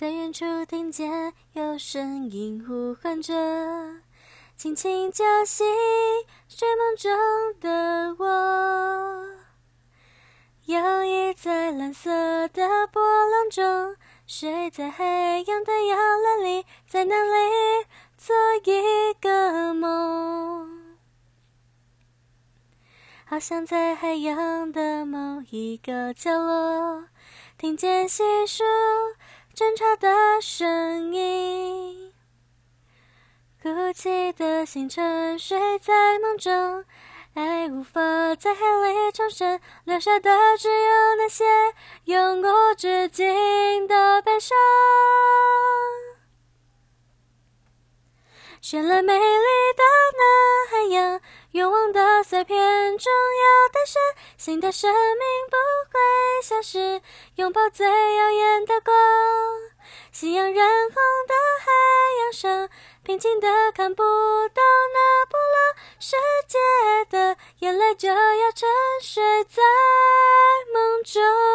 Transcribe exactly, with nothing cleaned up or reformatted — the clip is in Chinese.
在远处听见有声音呼唤着，轻轻叫醒睡梦中的我。摇曳在蓝色的波浪中，睡在海洋的摇篮里，在那里做一个梦。好像在海洋的某一个角落，听见细数争吵的声音。哭泣的心沉睡在梦中，爱无法在海里重生，留下的只有那些永无止境的悲伤。绚烂美丽的那海洋，愿望的碎片终要诞生，新的生命不会消失，拥抱最耀眼的光。夕阳染红的海洋上，平静的看不到那波浪，世界的眼泪就要沉睡在梦中。